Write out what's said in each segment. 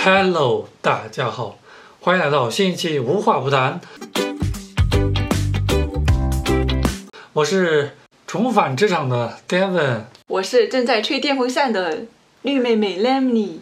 Hello， 大家好，欢迎来到新一期无话不谈。我是重返职场的 Devin， 我是正在吹电风扇的绿妹妹 Lemony。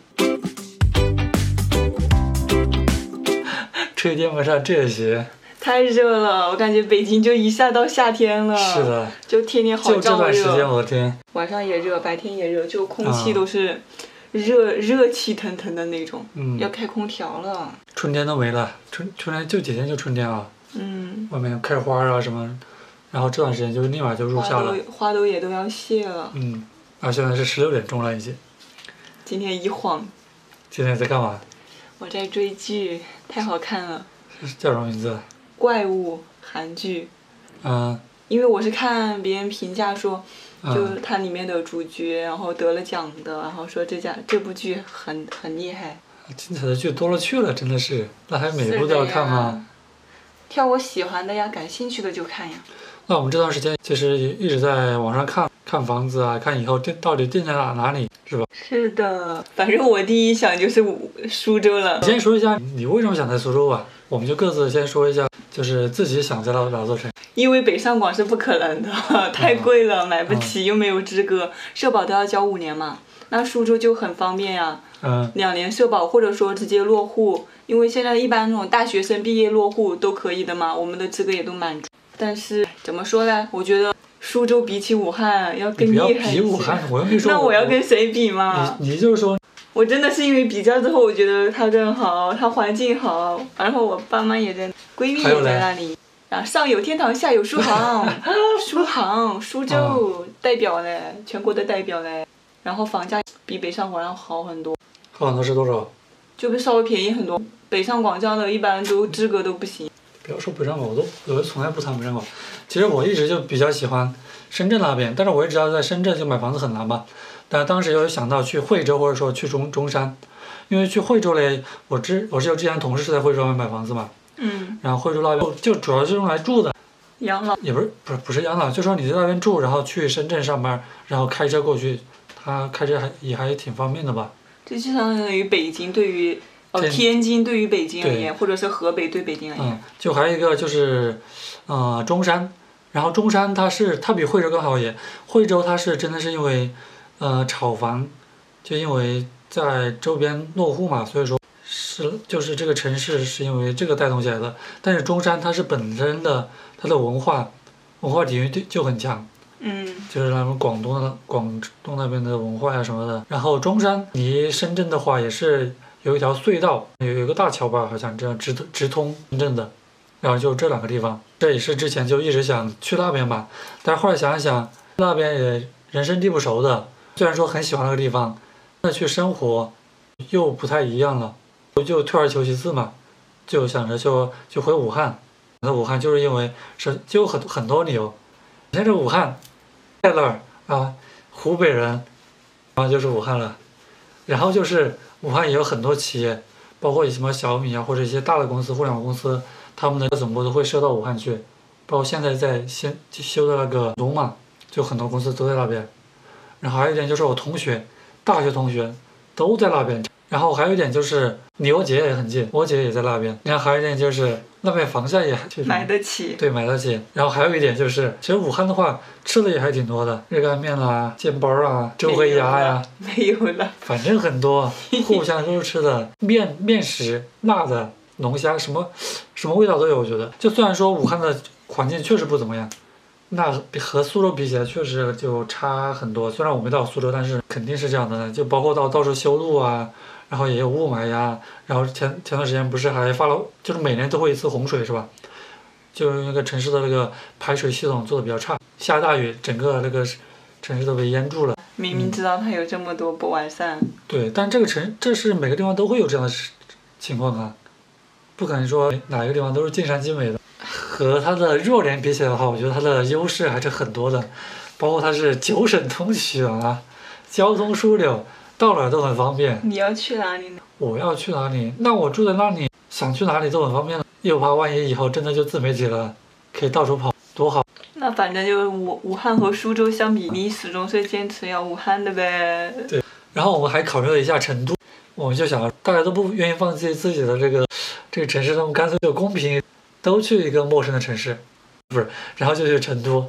吹电风扇这些太热了，我感觉北京就一下到夏天了。 是的， 就天天好就这燥热。 段时间，我的天， 晚上也热，白天也热，就空气都是热气腾腾的那种。要开空调了。 春天都没了，春天就几天就春天了。外面开花啊什么，然后这段时间就立马就入夏了。 花都也都要谢了。 现在是16点钟了已经。 今天一晃。 今天在干嘛？ 我在追剧，太好看了。 叫什么名字？ 怪物，韩剧。因为我是看别人评价说，就它里面的主角，然后得了奖的，然后说这部剧很厉害。 精彩的剧多了去了，真的是，那还每部都要看吗？ 挑我喜欢的呀，感兴趣的就看呀。 那我们这段时间其实一直在网上看房子啊，看以后到底定在哪里，是吧？ 是的，反正我第一想就是苏州了。 你先说一下你为什么想在苏州吧，我们就各自先说一下，就是自己想在哪座城。 因为北上广是不可能的，太贵了，买不起，又没有资格，社保都要交5年嘛。那苏州就很方便呀，2年社保，或者说直接落户，因为现在一般那种大学生毕业落户都可以的嘛，我们的资格也都满足。但是怎么说呢？我觉得苏州比起武汉要更厉害一些。 你不要比武汉，我又没说。 那我要跟谁比嘛？ 你就是说， 我真的是因为比较之后，我觉得它更好，它环境好，然后我爸妈也在，闺蜜也在那里。上有天堂，下有苏杭，苏州代表嘞，全国的代表嘞。然后房价比北上广要好很多。 好很多是多少？ 就稍微便宜很多。北上广这样的一般都资格都不行。 不要说北上广，我从来不谈北上广。其实我一直就比较喜欢深圳那边，但是我也知道在深圳就买房子很难吧。但当时有想到去惠州或者说去中山，因为去惠州嘞，我是有之前同事是在惠州那边买房子嘛。然后惠州那边就主要是用来住的。 养老也不是养老，就说你在那边住，然后去深圳上班，然后开车过去，他开车还挺方便的吧。 这就相当于北京对于天津对于北京而言，或者是河北对北京而言。 就还有一个就是中山，然后中山它比惠州更好一点。惠州它是真的是因为炒房，就因为在周边落户嘛，所以说就是这个城市是因为这个带动起来的。但是中山它是本身的它的文化底蕴就很强。就是他们广东那边的文化呀什么的。然后中山离深圳的话也是有一条隧道，有一个大桥吧，好像这样直通深圳的。然后就这2个地方，这也是之前就一直想去那边吧，但是后来想一想，那边也人生地不熟的，虽然说很喜欢那个地方，那去生活又不太一样了，我就退而求其次嘛，就想着就回武汉。那武汉就是因为就有很多理由。现在武汉在那儿啊，湖北人，然后就是武汉了。然后就是武汉也有很多企业，包括什么小米啊，或者一些大的公司，互联网公司，他们的总部都会设到武汉去。包括现在在修的那个龙嘛，就很多公司都在那边。然后还有一点就是我大学同学都在那边。然后还有一点就是离我姐也很近，我姐也在那边。然后还有一点就是那边房价也买得起。 对，买得起。然后还有一点就是，其实武汉的话吃的也还挺多的，热干面啦、煎包啊、周黑鸭呀， 没有了， 反正很多，互相都是吃的。面食、辣的、龙虾，什么味道都有。我觉得，就虽然说武汉的环境确实不怎么样，那和苏州比起来确实就差很多。虽然我没到苏州，但是肯定是这样的，就包括到处修路啊。然后也有雾霾呀，然后前段时间不是还发了，就是每年都会一次洪水是吧？就那个城市的那个排水系统做的比较差，下大雨整个那个城市都被淹住了。 明明知道它有这么多不完善。 对，但这是每个地方都会有这样的情况啊，不可能说哪一个地方都是尽善尽美的。和它的弱点比起来的话，我觉得它的优势还是很多的，包括它是9省通衢啊，交通枢纽。到哪儿都很方便。 你要去哪里呢？ 我要去哪里？那我住在那里，想去哪里都很方便了。又怕万一以后真的就自媒体了，可以到处跑，多好。 那反正就武汉和苏州相比，你始终是坚持要武汉的呗。 对。然后我们还考虑了一下成都， 我们就想，大家都不愿意放弃自己的这个城市，那么干脆就公平，都去一个陌生的城市，不是，然后就去成都。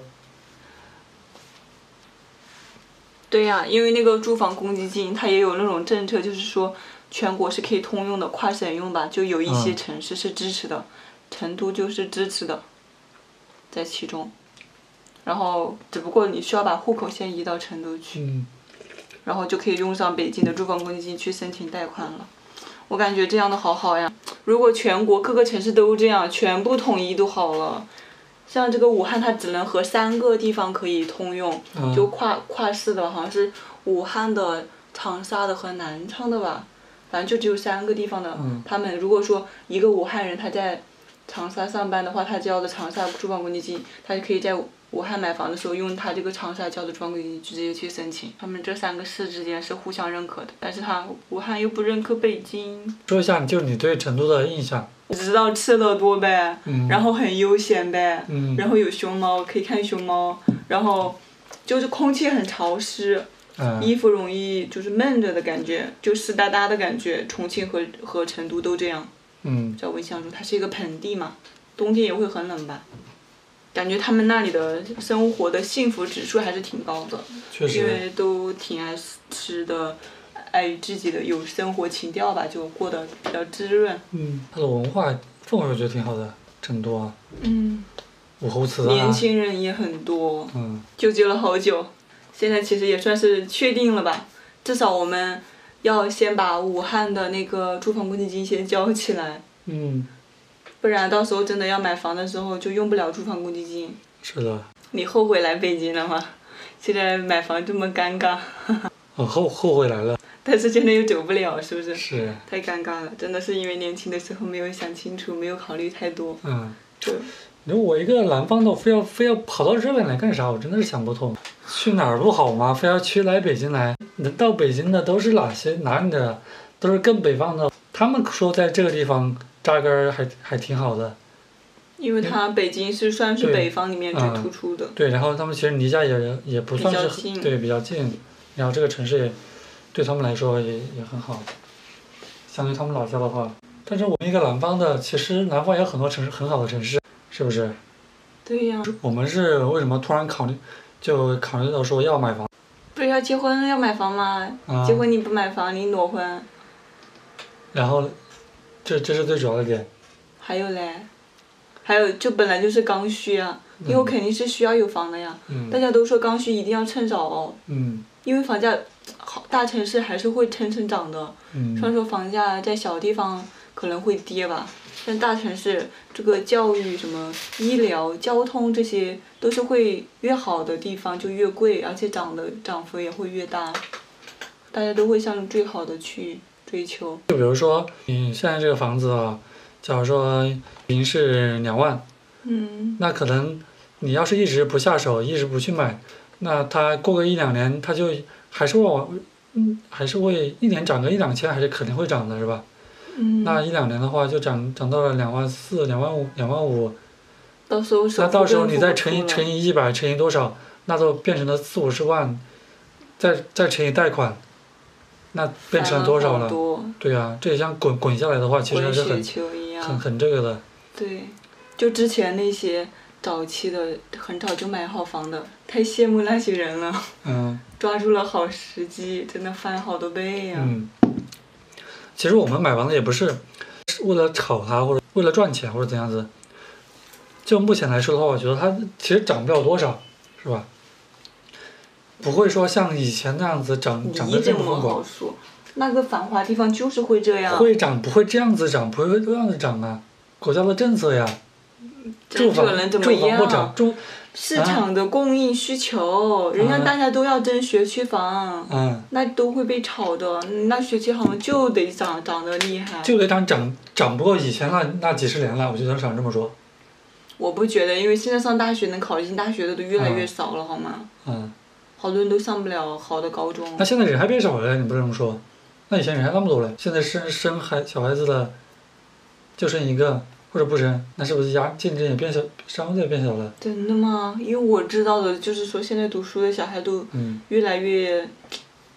对呀，因为那个住房公积金，它也有那种政策，就是说全国是可以通用的，跨省用吧，就有一些城市是支持的，成都就是支持的，在其中。然后只不过你需要把户口先移到成都去，然后就可以用上北京的住房公积金去申请贷款了。我感觉这样的好好呀，如果全国各个城市都这样，全部统一都好了。像这个武汉，它只能和3个地方可以通用，就跨市的，好像是武汉的、长沙的和南昌的吧，反正就只有3个地方的。他们如果说一个武汉人他在长沙上班的话，他交的长沙住房公积金，他就可以在武汉买房的时候用他这个长沙交的住房公积金直接去申请。他们这3个市之间是互相认可的，但是武汉又不认可北京。 说一下，就是你对成都的印象。 只知道吃的多呗，然后很悠闲呗，然后有熊猫可以看熊猫，然后就是空气很潮湿，衣服容易就是闷着的感觉，就湿哒哒的感觉。重庆和成都都这样。在我印象中，它是一个盆地嘛，冬天也会很冷吧。感觉他们那里的生活的幸福指数还是挺高的， 确实， 因为都挺爱吃的。爱自己的有生活情调吧，就过得比较滋润。 它的文化氛围我觉得挺好的，成都啊。武侯祠啊。 年轻人也很多。纠结了好久，现在其实也算是确定了吧，至少我们要先把武汉的那个住房公积金先交起来。不然到时候真的要买房的时候就用不了住房公积金。 是的。 你后悔来北京了吗？现在买房这么尴尬。 后悔来了。 但是现在又走不了，是不是？ 是。 太尴尬了，真的是因为年轻的时候没有想清楚，没有考虑太多。 我一个南方的，非要跑到这边来干啥？我真的是想不通。去哪儿不好吗？非要来北京来？能到北京的都是哪里的？都是更北方的。他们说在这个地方扎根还挺好的。 因为北京是算是北方里面最突出的。 对，然后他们其实离家也不算是比较近，然后这个城市也。对他们来说也很好，相对他们老家的话，但是我们一个南方的，其实南方也有很多很好的城市，是不是？ 对呀。 我们是为什么突然考虑到说要买房？ 不是要结婚要买房吗？结婚你不买房你裸婚。 然后，这是最主要的点。 还有嘞，就本来就是刚需啊，以后肯定是需要有房的呀。大家都说刚需一定要趁早哦。因为房价，大城市还是会蹭涨的。虽然说房价在小地方可能会跌吧，但大城市这个教育、什么医疗、交通这些都是会越好的地方就越贵，而且涨幅也会越大。大家都会向最好的去追求。 就比如说你现在这个房子啊，假如说平是2万，那可能你要是一直不下手，一直不去买。那它过个1-2年，它就还是会一年涨个1-2千，还是肯定会涨的，是吧？那1-2年的话，就涨到了24000、25000。 到时候你再乘以100，乘以多少，那都变成了40-50万，再乘以贷款，那变成了多少了？对啊，这也像滚下来的话，其实还是很这个的。 对，就之前那些。早期的很早就买好房的，太羡慕那些人了。抓住了好时机，真的翻好多倍呀。 其实我们买房子也不是为了炒它，或者为了赚钱，或者怎样子。就目前来说的话，我觉得它其实涨不了多少，是吧？不会说像以前那样子涨得这么疯狂。 那个繁华地方就是会这样。 会涨，不会这样子涨，不会这样子涨啊！国家的政策呀。住房不涨， 市场的供应需求，人家大家都要争学区房，那都会被炒的。那学区房就得涨得厉害， 就得涨不过以前那几十年了，我就想这么说。 我不觉得，因为现在上大学能考进大学的都越来越少了，好吗？好多人都上不了好的高中。 那现在人还变少了，你不这么说？那以前人还那么多嘞，现在生小孩子的就生一个。或者不生，那是不是竞争也变小，相对变小了？ 真的吗？因为我知道的就是说，现在读书的小孩都越来越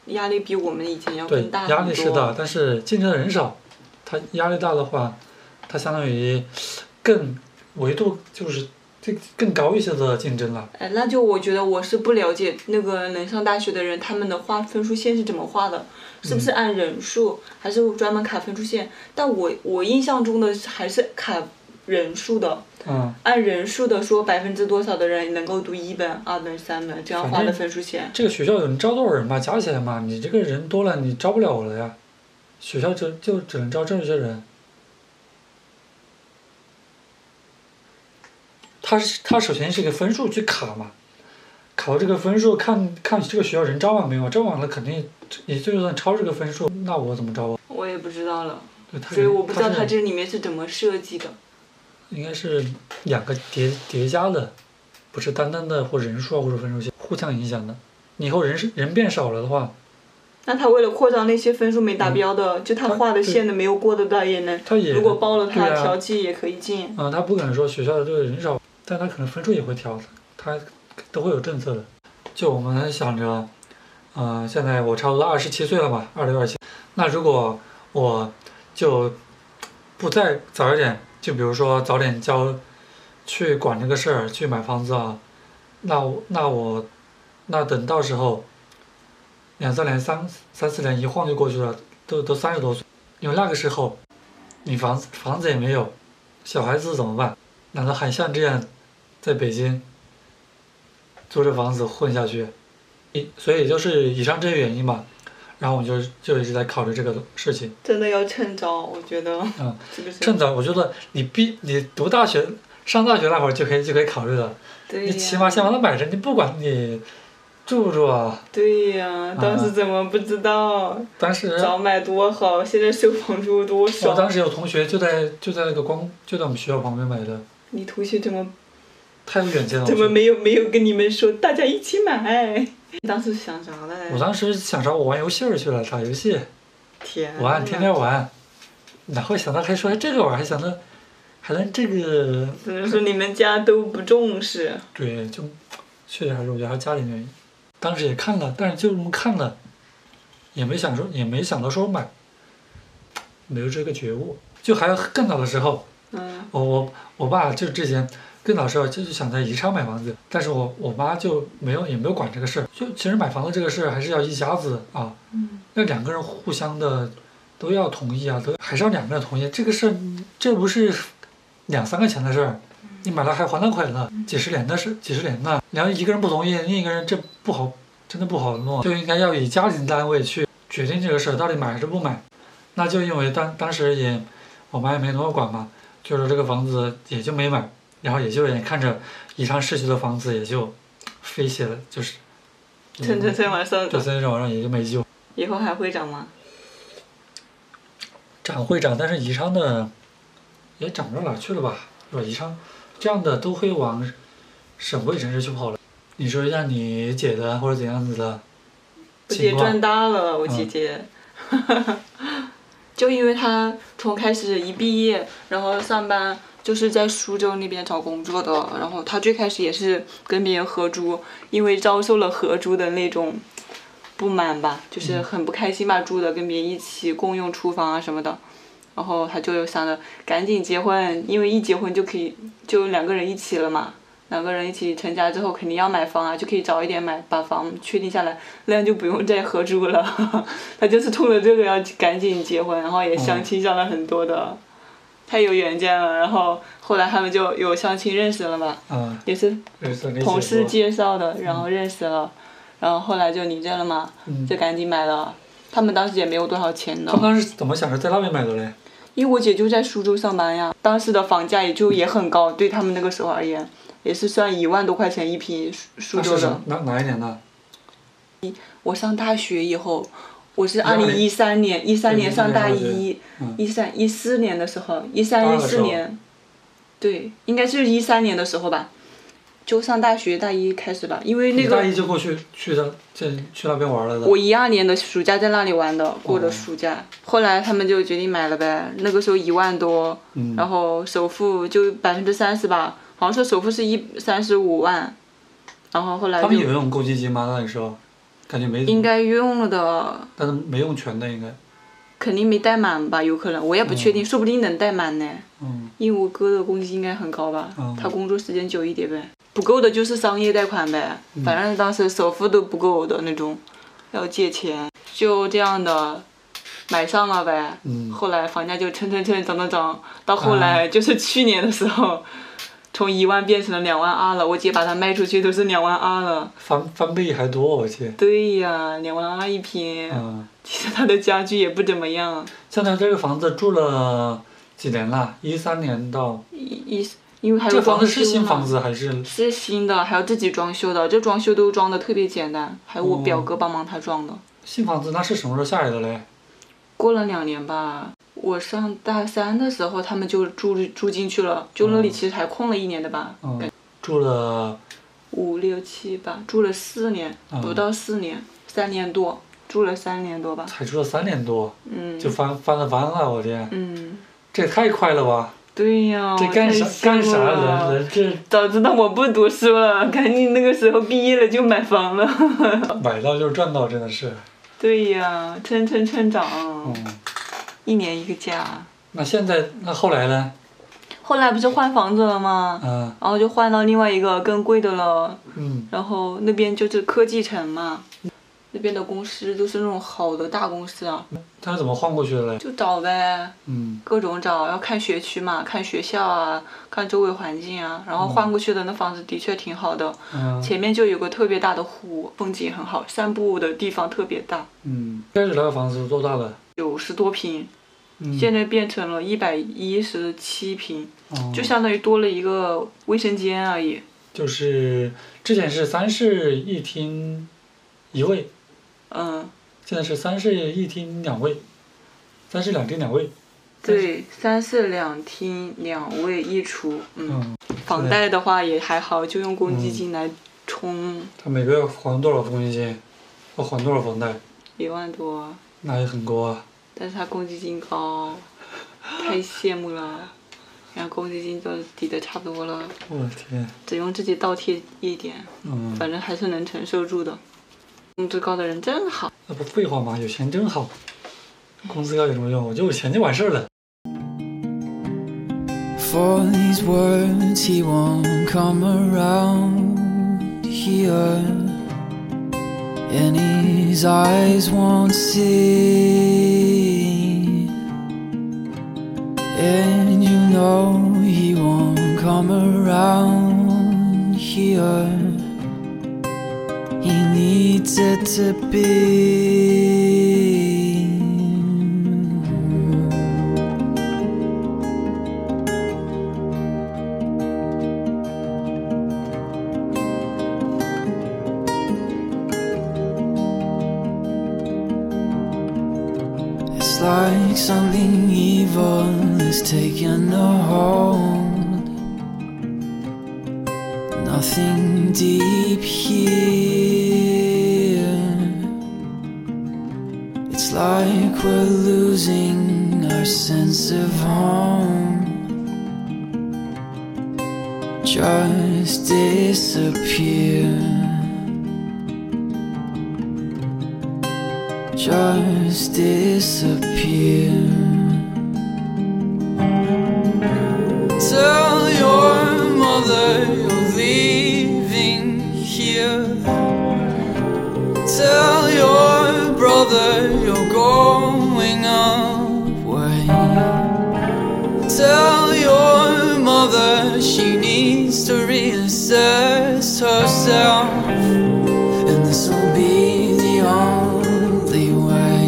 压力比我们以前要对更大很多。 压力是大，但是竞争的人少，它压力大的话，它相当于更维度就是更高一些的竞争了。 哎，那就我觉得我是不了解那个能上大学的人，他们的划分数线是怎么画的，是不是按人数，还是专门卡分数线？但我印象中的还是卡人数的。按人数的说多少的人能够读1本、2本、3本这样画的分数线。 这个学校有人招多少人嘛，加起来嘛，你这个人多了，你招不了了呀。学校就只能招这些人。他首先是一个分数去卡嘛，考这个分数看这个学校人招完没有，招完了肯定也就算超这个分数，那我怎么招啊？ 我也不知道了，所以我不知道它这里面是怎么设计的。 应该是2个叠加的，不是单单的或人数啊或者分数线互相影响的。你以后人变少了的话， 那他为了扩张那些分数没达标的，就他画的线的没有过的，他也能。如果报了他调剂也可以进。 他不可能说学校的这个人少，但他可能分数也会调，他都会有政策的。就我们想着，现在我差不多27岁了嘛，26、27。那如果我就不再早一点。就比如说早点去管这个事儿，去买房子啊，那等到时候2、3年、3、4年一晃就过去了，都30多岁，因为那个时候你房子也没有，小孩子怎么办？难道还像这样在北京租着房子混下去？所以就是以上这些原因吧。然后我就一直在考虑这个事情。 真的要趁早，我觉得。 趁早，我觉得你读大学、上大学那会儿就可以考虑了。 对呀。 你起码先把它买着，你不管你住不住啊。 对呀，当时怎么不知道？ 当时。 早买多好，现在收房租多爽。 我当时有同学就在那个就在我们学校旁边买的。 你同学怎么？ 太有远见了。 怎么没有跟你们说大家一起买？当时想啥嘞？ 我当时想着我玩游戏去了，打游戏。天天玩，哪会想到还说这个玩，还想到还能这个。 只能说你们家都不重视。 对，就确实还是我觉得还是家里原因。当时也看了，但是就这么看了，也没想到说买，没有这个觉悟。就还有更早的时候，我爸就之前。更早时候就是想在宜昌买房子，但是我妈就也没有管这个事儿。就其实买房子这个事儿还是要一家子啊，要2个人互相的都要同意啊，还是要2个人同意。这个事儿这不是2、3个钱的事儿，你买了还还款呢，几十年呢。你要一个人不同意，另一个人这不好，真的不好弄。就应该要以家庭单位去决定这个事儿，到底买还是不买。那就因为当时我妈也没怎么管嘛，就是这个房子也就没买。然后也就眼看着宜昌市区的房子也就飞起了，就是蹭往上。 对，蹭往上也就没救。 以后还会涨吗？ 涨会涨，但是宜昌的也涨不到哪去了吧？是吧？宜昌这样的都会往省会城市去跑了。你说像你姐的或者怎样子的我姐赚大了，我姐姐。就因为她从开始一毕业，然后上班。就是在苏州那边找工作的，然后他最开始也是跟别人合租，因为遭受了合租的那种不满吧，就是很不开心吧，住的跟别人一起共用厨房啊什么的，然后他就想着赶紧结婚，因为一结婚就可以就2个人一起了嘛，2个人一起成家之后肯定要买房啊，就可以早一点把房确定下来，那样就不用再合租了。他就是冲着这个要赶紧结婚，然后也相亲上了很多的。太有远见了，然后后来他们就有相亲认识了嘛，也是同事介绍的，然后认识了，然后后来就领证了嘛，就赶紧买了。他们当时也没有多少钱的。 他们当时怎么想着在那边买的嘞？ 因为我姐就在苏州上班呀，当时的房价也很高，对他们那个时候而言，也是算1万多块钱一平，苏州的。 哪一年的？ 我上大学以后。我是2013年上大一，14年的时候，13、14年，对，应该是13年的时候吧，就上大学大一开始吧，因为那个。 大一就过去那边玩了的。 我12年的暑假在那里玩的，过的暑假，后来他们就决定买了呗，那个时候1万多，然后首付就30%吧，好像说首付是35万，然后后来就。 他们有用公积金吗？那个时候？ 感觉没应该用了的， 但是没用全的应该。 肯定没带满吧，有可能，我也不确定，说不定能带满呢。因为我哥的工资应该很高吧，他工作时间久一点呗，不够的就是商业贷款呗，反正当时首付都不够的那种，要借钱，就这样的买上了呗。后来房价就蹭涨，到后来就是去年的时候，从1万变成了2万2了，我姐把它卖出去都是2万2了， 翻倍还多，我记得。 对呀，2万2一平。其实它的家具也不怎么样。 像他这个房子住了几年了？13年到。 因为还有装修。这房子是新房子还是？ 是新的，还要自己装修的，这装修都装的特别简单，还有我表哥帮忙他装的。 新房子那是什么时候下来的嘞？ 过了2年吧，我上大3的时候他们就住进去了，就那里其实还空了1年的吧。 住了。 5、6、7吧，住了4年，不到4年，3年多。住了3年多吧， 才住了3年多，就翻了，我天，这也太快了吧！ 对呀， 这干啥人这？ 早知道我不读书了，赶紧那个时候毕业了就买房了。 买到就是赚到，真的是。 对呀，蹭涨。1年1个价。 那后来呢？ 后来不是换房子了吗？然后就换到另外一个更贵的了。然后那边就是科技城嘛。那边的公司都是那种好的大公司啊。 他是怎么换过去的嘞？ 就找呗，各种找，要看学区嘛，看学校啊，看周围环境啊，然后换过去的那房子的确挺好的，前面就有个特别大的湖，风景很好，散步的地方特别大。 开始那个房子多大的 ？90多平，现在变成了117平，就相当于多了一个卫生间而已。 就是之前是3室1厅1卫。现在是3室1厅2卫，3室2厅2卫。 对，3室2厅2卫1厨。房贷的话也还好，就用公积金来充。 他每个月还多少公积金？要还多少房贷 ？1万多。 那也很高啊。 但是他公积金高，太羡慕了。然后公积金都抵得差不多了。 我的天。 只用自己倒贴一点。反正还是能承受住的。工资高的人真好。 那不废话吗？有钱真好。工资高有什么用？我就有钱就完事了。For these words he won't come around here, and his eyes won't see, and you know he won't come around here. He needs it to be. It's like something evil has taken a hold. Nothing deep here. It's like we're losing our sense of home. Just disappear. Just disappear. Tell your mother you're leaving here. Tell your brother you're going away. Tell your mother she needs to reassess herself, and this will be the only way.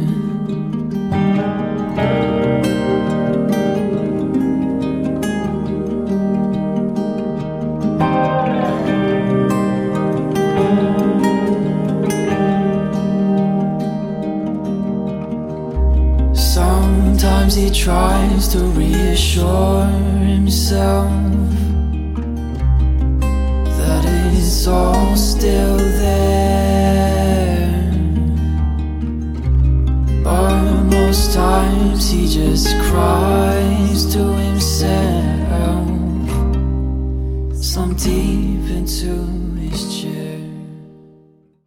Sometimes he tries to reassure himself that it's all still there, but most times he just cries to himself, slump deep into his chair.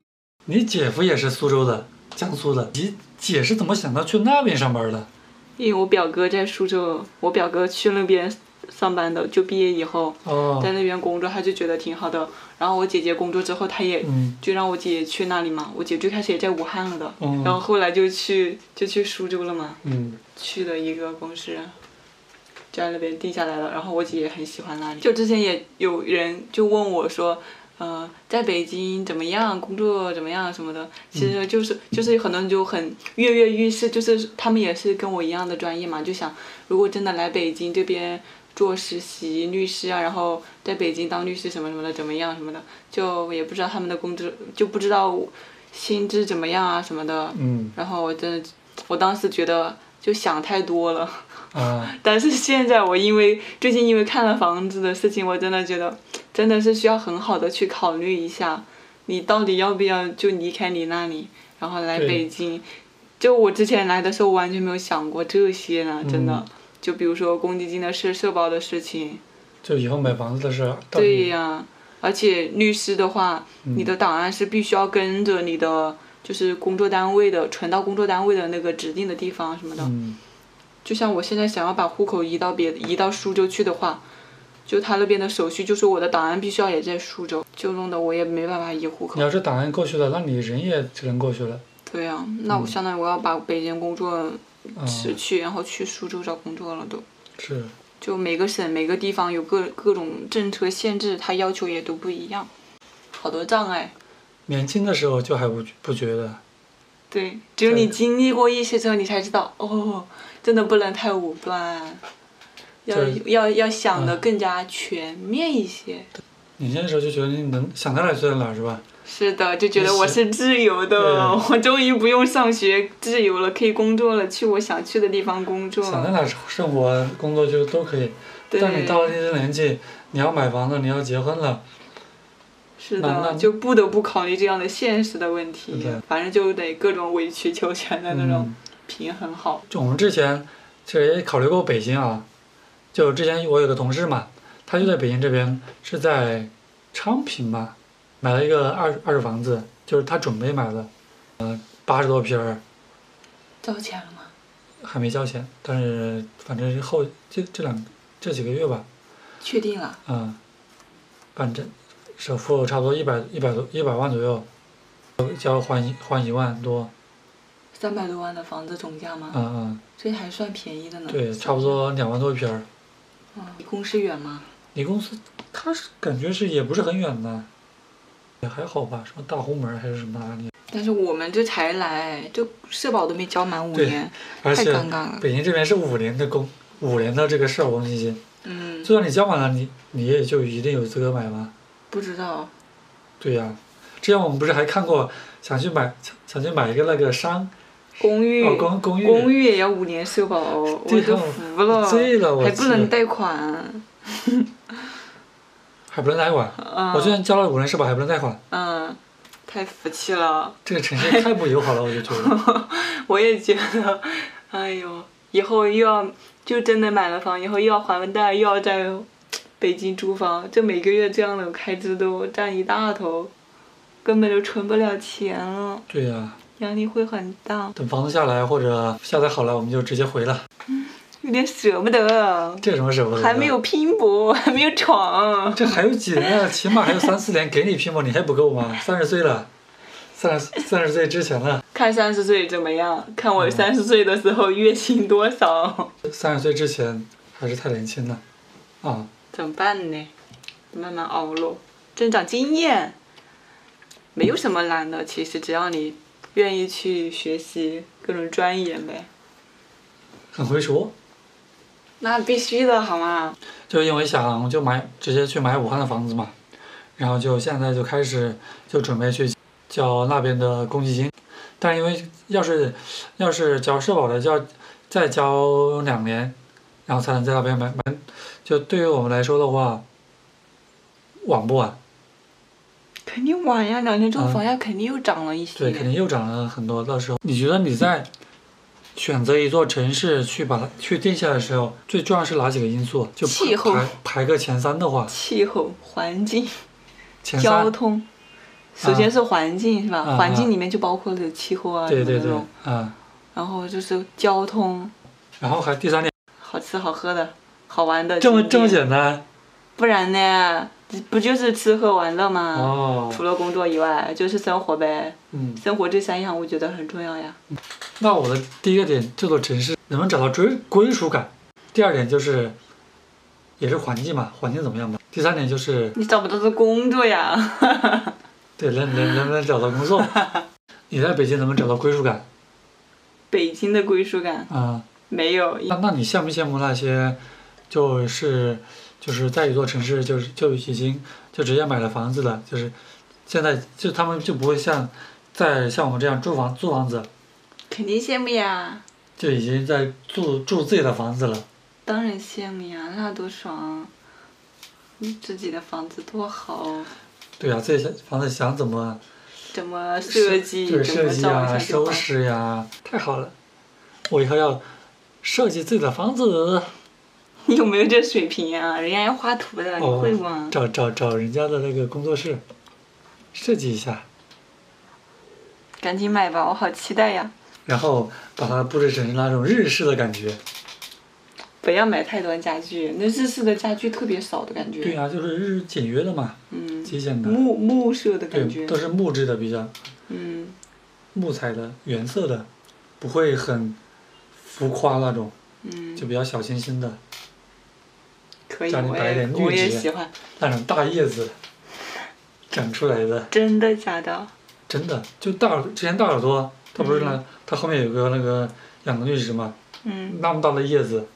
你姐夫也是苏州的，江苏的，你姐是怎么想到去那边上班的？ 因为我表哥在苏州，我表哥去那边上班的，就毕业以后，在那边工作，他就觉得挺好的。然后我姐姐工作之后，他也就让我姐去那里嘛。我姐最开始也在武汉了的，然后后来就去苏州了嘛。去了一个公司，在那边定下来了。然后我姐也很喜欢那里。就之前也有人就问我说，在北京怎么样，工作怎么样什么的。其实就是很多人就很跃跃欲试，就是他们也是跟我一样的专业嘛，就想如果真的来北京这边做实习律师啊，然后在北京当律师什么什么的怎么样什么的，就也不知道他们的工资，就不知道薪资怎么样啊什么的。然后我当时觉得就想太多了。但是现在我最近因为看了房子的事情，我真的觉得真的是需要很好的去考虑一下，你到底要不要就离开你那里，然后来北京。就我之前来的时候完全没有想过这些呢，真的。就比如说公积金的事、社保的事情， 就以后买房子的事。 对呀，而且律师的话，你的档案是必须要跟着你的就是工作单位的存到工作单位的那个指定的地方什么的。就像我现在想要把户口移到苏州去的话，就他那边的手续就是我的档案必须要也在苏州，就弄得我也没办法移户口。 你要是档案过去了，那你人也只能过去了。 对呀，那我相当于我要把北京工作辞去，然后去苏州找工作了都。 是。 就每个省每个地方有各种政策限制，它要求也都不一样，好多障碍。 年轻的时候就还不觉得。 对，只有你经历过一些之后，你才知道真的不能太武断，要想的更加全面一些。 年轻的时候就觉得你能想到哪就在哪，是吧？ 是的，就觉得我是自由的，我终于不用上学，自由了，可以工作了，去我想去的地方工作。 想在哪生活、工作就都可以。但你到了这个年纪，你要买房子，你要结婚了。 是的，就不得不考虑这样的现实的问题。反正就得各种委曲求全的那种平衡好。 就我们之前其实也考虑过北京啊，就之前我有个同事嘛，他就在北京这边，是在昌平吧。买了一个二手房子，就是他准备买的，80多平。 交钱了吗？ 还没交钱，但是反正这几个月吧。 确定了。 办证，首付差不多100万左右，交还1万多。 300多万的房子总价吗？这还算便宜的呢。 对，差不多2万多一平。 离公司远吗？ 离公司，他是感觉也不是很远的。也还好吧，什么大红门还是什么哪里？ 但是我们这才来，就社保都没交满5年，太尴尬了。 北京这边是5年的这个社保公积金。就算你交满了，你也就一定有资格买吗？ 不知道。 对呀，之前我们不是还看过，想去买一个那个公寓。公寓也要5年社保，我都服了。 醉了， 还不能贷款。 还不能贷款？我之前交了5年社保还不能贷款。 太服气了。 这个城市太不友好了，我就觉得。 我也觉得，哎呦，以后就真的买了房，以后又要还贷，又要在北京租房，这每个月这样的开支都占一大头，根本就存不了钱了。 对呀。 压力会很大。 等房子下来或者下载好了，我们就直接回了。 有点舍不得。 这什么舍不得？ 还没有拼搏，还没有闯。 这还有几年？起码还有3、4年给你拼搏，你还不够吗？30岁了，30岁之前了。 看30岁怎么样？看我30岁的时候月薪多少 ？30岁之前还是太年轻了， 怎么办呢？慢慢熬咯，增长经验。没有什么难的，其实只要你愿意去学习各种专业呗。 很会说。 那必须的好吗？ 就因为想直接去买武汉的房子嘛，然后就现在就开始就准备去交那边的公积金，但因为要是交社保的就要再交2年，然后才能在那边买，就对于我们来说的话，晚不晚？ 肯定晚呀，2年之后房价肯定又涨了一些。 对，肯定又涨了很多。到时候你觉得你在选择一座城市去定下的时候，最重要是哪几个因素？就气候排个前3的话。 气候、环境、 前3 交通、 首先是环境是吧？ 啊环境里面就包括了气候啊对对对什么那种。 啊。 然后就是交通。 然后还第3点。 好吃好喝的，好玩的。 这么简单？ 不然呢？不就是吃喝玩乐吗？ 哦。 除了工作以外，就是生活呗。生活这3样我觉得很重要呀。 那我的第1个点，这座城市能不能找到归属感？第2点就是，也是环境嘛，环境怎么样嘛？第3点就是。 你找不到的工作呀。 对，能不能找到工作？你在北京能不能找到归属感？ 北京的归属感。 啊。 没有。 那你羡不羡慕那些，就是在一座城市就已经就直接买了房子了，就是现在就他们就不会像我们这样租房子。 肯定羡慕呀。 就已经在住自己的房子了。 当然羡慕呀，那多爽！自己的房子多好。 对呀，自己房子想怎么设计， 对设计呀、收拾呀，太好了！我以后要设计自己的房子。 你有没有这水平啊？人家要画图的，你会吗？ 找人家的那个工作室，设计一下。 赶紧买吧，我好期待呀！ 然后把它布置成那种日式的感觉。 不要买太多家具，那日式的家具特别少的感觉。 对呀，就是简约的嘛。极简的。 木色的感觉。 对，都是木质的比较。木材的，原色的，不会很浮夸那种。就比较小清新的。 可以， 家里摆一点绿植， 我也喜欢。 那种大叶子长出来的。 真的假的？ 真的，就之前大耳朵，它不是它后面有个那个养的绿植嘛，那么大的叶子。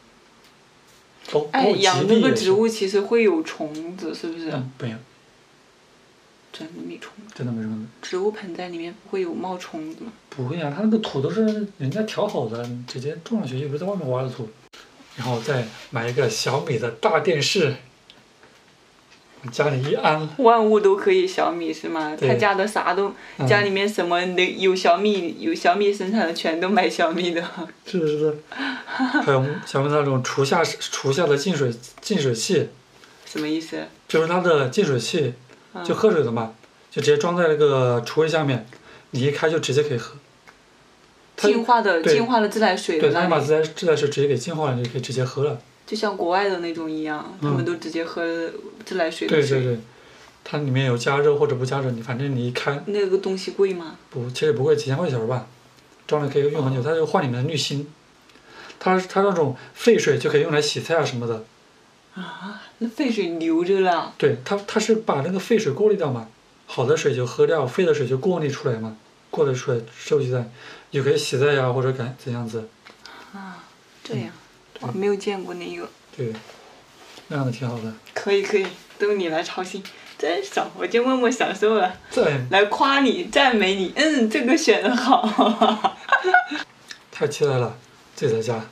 养这个植物其实会有虫子，是不是？ 没有。 真的没虫子。 真的没虫子。 植物盆栽里面不会有冒虫子吗？ 不会啊，它那个土都是人家调好的，你直接种上去，又不是在外面挖的土。然后再买一个小米的大电视，家里一安。 万物都可以小米是吗？他家的啥都，家里面什么有小米生产的全都买小米的。 是。还有小米那种厨下的净水器。 什么意思？ 就是它的净水器，就喝水的嘛，就直接装在那个橱柜下面，你一开就直接可以喝。 净化的自来水的。 对，它把自来水直接给净化了，你就可以直接喝了。 就像国外的那种一样，他们都直接喝自来水的水。 对，它里面有加热或者不加热，反正你一开。 那个东西贵吗？ 不，其实不贵，几千块钱吧，装了可以用很久。它就换里面的滤芯，它那种废水就可以用来洗菜啊什么的。 啊，那废水留着了？ 对，它是把那个废水过滤掉嘛，好的水就喝掉，废的水就过滤出来嘛，过滤出来收集在。也可以洗菜呀，或者怎样子。 啊，这样，我没有见过那个。 对，那样的挺好的。 可以，都你来操心，真爽，我就默默享受了。来夸你，赞美你，这个选得好。 太期待了，自己在家。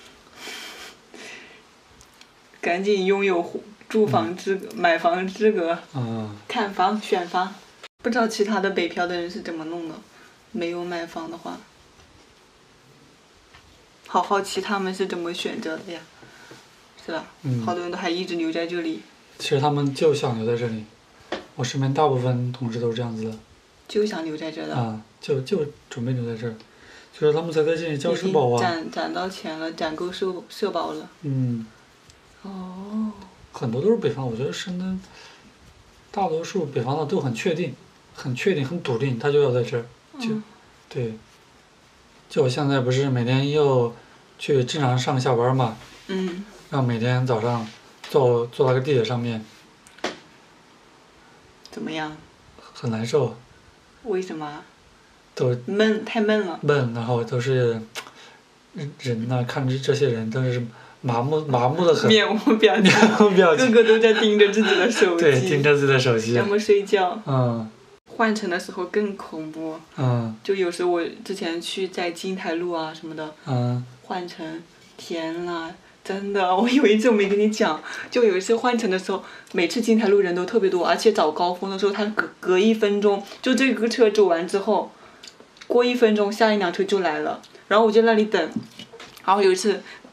赶紧拥有住房资格、买房资格。看房选房，不知道其他的北漂的人是怎么弄的，没有买房的话。好好奇他们是怎么选择的呀，是吧？好多人都还一直留在这里。 其实他们就想留在这里，我身边大部分同事都是这样子的。 就想留在这的。 就准备留在这儿，就是他们才在这里交社保啊。 攒到钱了，攒够社保了。 很多都是北方，我觉得深圳，大多数北方的都很确定，很笃定，他就要在这儿。对。就我现在不是每天又去正常上下班嘛，然后每天早上坐那个地铁上面， 怎么样？ 很难受。 为什么？太闷了。 闷，然后都是人呐，看着这些人都是麻木的很。 面无表情。个个都在盯着自己的手机。 对，盯着自己的手机。 要么睡觉。换乘的时候更恐怖。就有时候我之前去在金台路啊什么的。换乘，天呐，真的，我有一次我没跟你讲，就有一次换乘的时候，每次金台路人都特别多，而且早高峰的时候，它隔1分钟，就这个车走完之后，过1分钟下一辆车就来了，然后我就在那里等，然后有一次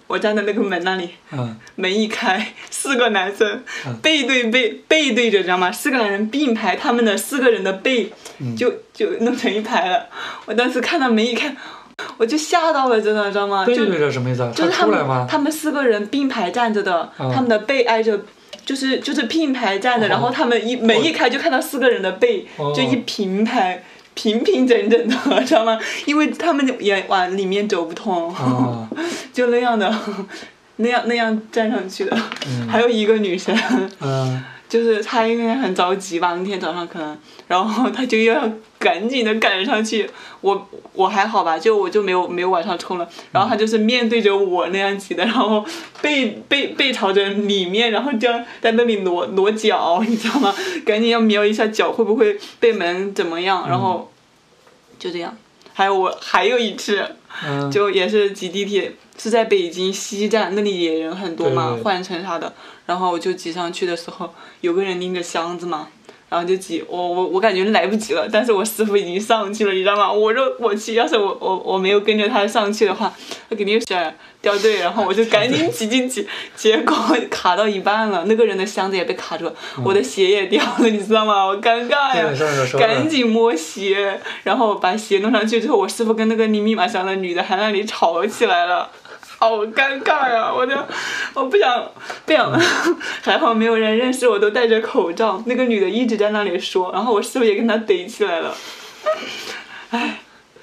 我站在那个门那里，门一开，4个男生背对着，知道吗？4个男人并排，他们的4个人的背就弄成一排了。我当时看到门一开，我就吓到了，真的，知道吗？ 背对着什么意思啊？ 就是他出来吗？ 他们4个人并排站着的，他们的背挨着。就是并排站的，然后他们门一开就看到4个人的背，就一平排，平整的，知道吗？因为他们也往里面走不通，就那样的，那样站上去的。还有一个女生，就是她应该很着急吧，那天早上可能，然后她就要赶紧的赶上去。我还好吧，我就没有往上冲了。然后她就是面对着我那样挤的，然后背朝着里面，然后这样在那里挪脚，你知道吗？赶紧要瞄一下脚会不会被门怎么样，然后就这样。还有一次，就也是挤地铁，是在北京西站，那里也人很多嘛，换乘啥的。然后我就挤上去的时候，有个人拎着箱子嘛，然后就挤，我感觉来不及了，但是我师傅已经上去了，你知道吗？我说我去，要是我没有跟着他上去的话，他肯定是掉队，然后我就赶紧挤进去，结果卡到一半了，那个人的箱子也被卡住了，我的鞋也掉了，你知道吗？我尴尬呀，赶紧摸鞋，然后把鞋弄上去之后，我师傅跟那个拎密码箱的女的还那里吵起来了。好尴尬呀！我不想，还好没有人认识我，都戴着口罩。那个女的一直在那里说，然后我师傅也跟她怼起来了。唉，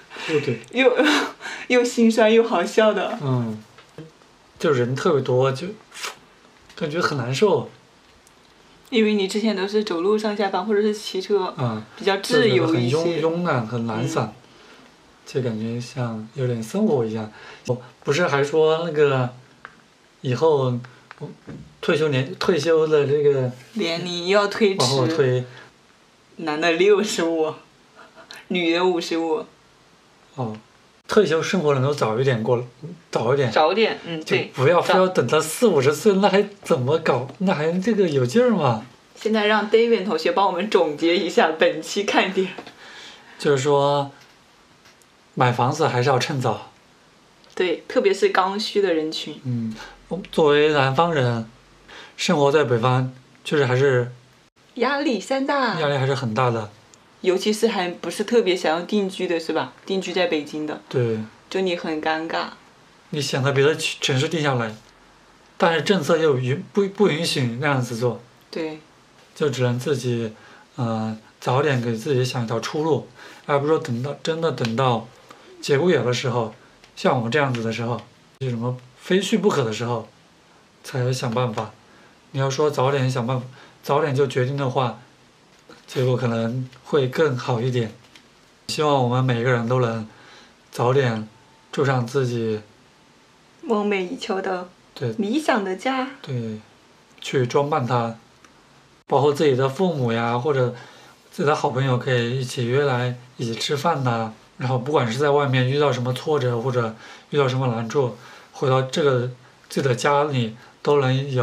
又心酸又好笑的。 就人特别多，就感觉很难受。 因为你之前都是走路上下班或者是骑车，比较自由一些。 很慵懒，很懒散。就感觉像有点生活一样，不是还说那个以后退休的这个年龄要推迟， 往后推， 男的65，女的55。 退休生活能够早一点， 对， 就不要非要等到40-50岁，那还怎么搞？那还这个有劲儿吗？ 现在让 David 同学帮我们总结一下本期看点。 就是说。买房子还是要趁早， 对，特别是刚需的人群。 作为南方人，生活在北方，就是还是压力山大， 压力还是很大的。 尤其是还不是特别想要定居的，是吧？定居在北京的， 对， 就你很尴尬。 你想在别的城市定下来，但是政策又不允许那样子做， 对， 就只能自己，早点给自己想一条出路，而不是说等到。节骨眼的时候，像我们这样子的时候，有什么非去不可的时候，才想办法。你要说早点想办法，早点就决定的话，结果可能会更好一点。希望我们每个人都能早点住上自己梦寐以求的理想的家。 对，去装扮它，包括自己的父母呀，或者自己的好朋友，可以一起约来一起吃饭呐。然后不管是在外面遇到什么挫折或者遇到什么难处，回到这个自己的家里都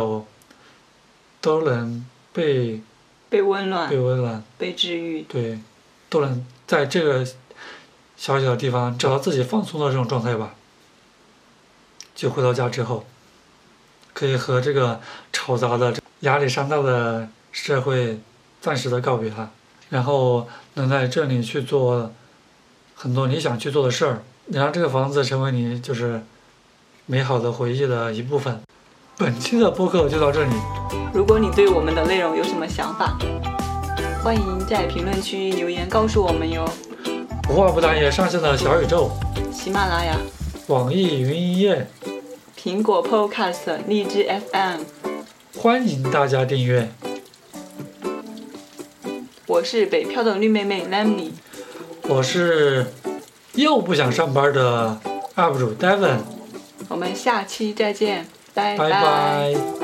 能被温暖，被治愈。 对，都能在这个小小的地方找到自己放松的这种状态吧。就回到家之后，可以和这个嘈杂的压力山大的社会暂时的告别它，然后能在这里去做很多你想去做的事儿，你让这个房子成为你就是美好的回忆的一部分。本期的播客就到这里。 如果你对我们的内容有什么想法，欢迎在评论区留言告诉我们哟。 无话不谈也上线了小宇宙、 喜马拉雅、 网易云音乐、 苹果 Podcast、荔枝 FM， 欢迎大家订阅。 我是北漂的绿妹妹 Lemmy， 我是又不想上班的 UP 主 Devin， 我们下期再见，拜拜。